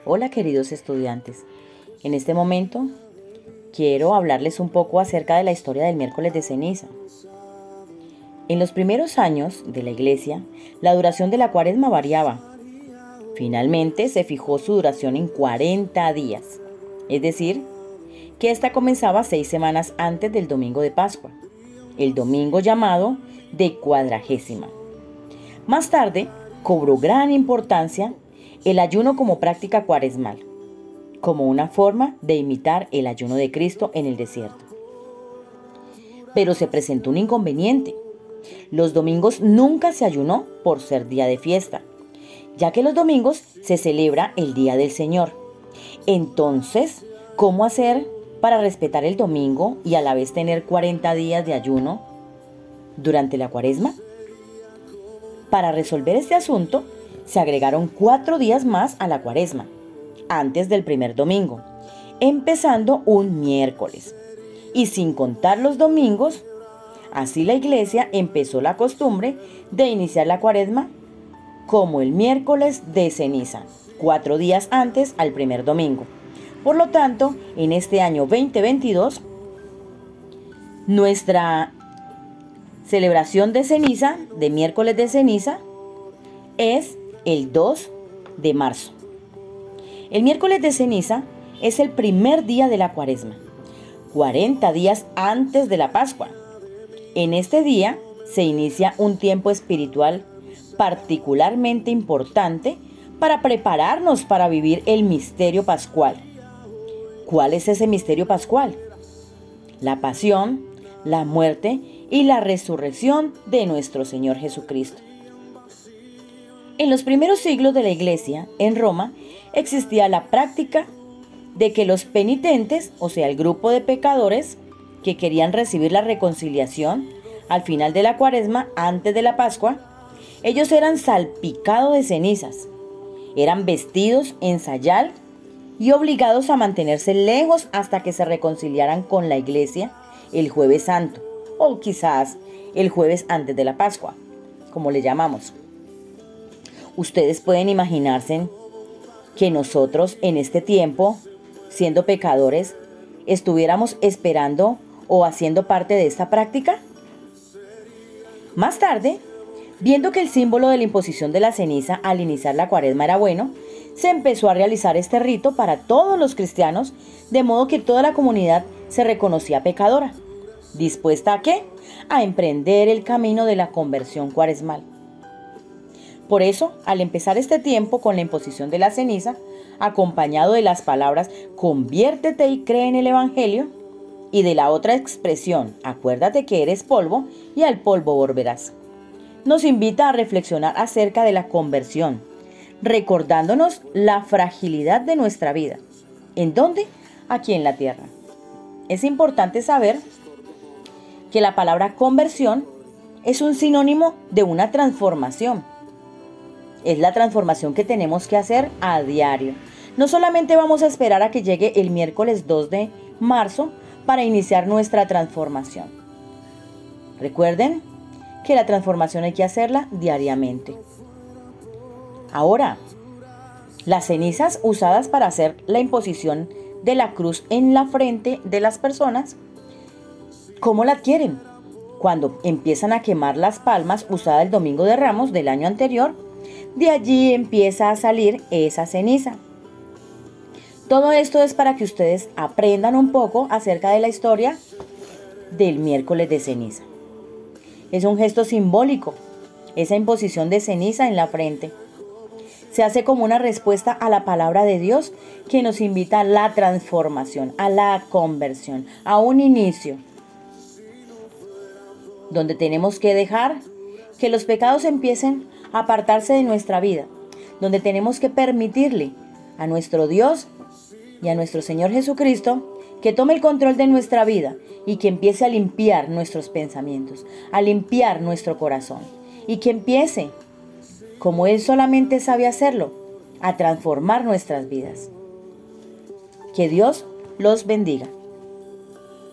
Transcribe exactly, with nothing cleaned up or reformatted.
Hola queridos estudiantes, en este momento quiero hablarles un poco acerca de la historia del miércoles de ceniza. En los primeros años de la iglesia, la duración de la cuaresma variaba. Finalmente se fijó su duración en cuarenta días, es decir, que ésta comenzaba seis semanas antes del domingo de Pascua, el domingo llamado de Cuadragésima. Más tarde, cobró gran importancia el ayuno como práctica cuaresmal, como una forma de imitar el ayuno de Cristo en el desierto. Pero se presentó un inconveniente. Los domingos nunca se ayunó por ser día de fiesta, ya que los domingos se celebra el Día del Señor. Entonces, ¿cómo hacer para respetar el domingo y a la vez tener cuarenta días de ayuno durante la cuaresma? Para resolver este asunto, se agregaron cuatro días más a la cuaresma, antes del primer domingo, empezando un miércoles. Y sin contar los domingos, así la iglesia empezó la costumbre de iniciar la cuaresma como el miércoles de ceniza, cuatro días antes al primer domingo. Por lo tanto, en este año veinte veintidós, nuestra celebración de ceniza, de miércoles de ceniza, es el dos de marzo. El miércoles de ceniza es el primer día de la cuaresma, cuarenta días antes de la Pascua. En este día se inicia un tiempo espiritual particularmente importante para prepararnos para vivir el misterio pascual. ¿Cuál es ese misterio pascual? La pasión, la muerte y la resurrección de nuestro Señor Jesucristo. En los primeros siglos de la Iglesia, en Roma, existía la práctica de que los penitentes, o sea, el grupo de pecadores que querían recibir la reconciliación al final de la cuaresma, antes de la Pascua, ellos eran salpicados de cenizas, eran vestidos en sayal y obligados a mantenerse lejos hasta que se reconciliaran con la Iglesia el Jueves Santo, o quizás el jueves antes de la Pascua, como le llamamos. Ustedes pueden imaginarse que nosotros en este tiempo, siendo pecadores, estuviéramos esperando o haciendo parte de esta práctica. Más tarde, viendo que el símbolo de la imposición de la ceniza al iniciar la cuaresma era bueno, se empezó a realizar este rito para todos los cristianos, de modo que toda la comunidad se reconocía pecadora. ¿Dispuesta a qué? A emprender el camino de la conversión cuaresmal. Por eso, al empezar este tiempo con la imposición de la ceniza, acompañado de las palabras conviértete y cree en el Evangelio, y de la otra expresión, acuérdate que eres polvo y al polvo volverás, nos invita a reflexionar acerca de la conversión, recordándonos la fragilidad de nuestra vida. ¿En dónde? Aquí en la tierra. Es importante saber que la palabra conversión es un sinónimo de una transformación. Es la transformación que tenemos que hacer a diario. No solamente vamos a esperar a que llegue el miércoles dos de marzo para iniciar nuestra transformación. Recuerden que la transformación hay que hacerla diariamente. Ahora, las cenizas usadas para hacer la imposición de la cruz en la frente de las personas, ¿cómo la adquieren? Cuando empiezan a quemar las palmas usadas el domingo de Ramos del año anterior, de allí empieza a salir esa ceniza. Todo esto es para que ustedes aprendan un poco acerca de la historia del miércoles de ceniza. Es un gesto simbólico, esa imposición de ceniza en la frente. Se hace como una respuesta a la palabra de Dios que nos invita a la transformación, a la conversión, a un inicio, donde tenemos que dejar que los pecados empiecen a apartarse de nuestra vida, donde tenemos que permitirle a nuestro Dios y a nuestro Señor Jesucristo que tome el control de nuestra vida y que empiece a limpiar nuestros pensamientos, a limpiar nuestro corazón y que empiece, como Él solamente sabe hacerlo, a transformar nuestras vidas. Que Dios los bendiga.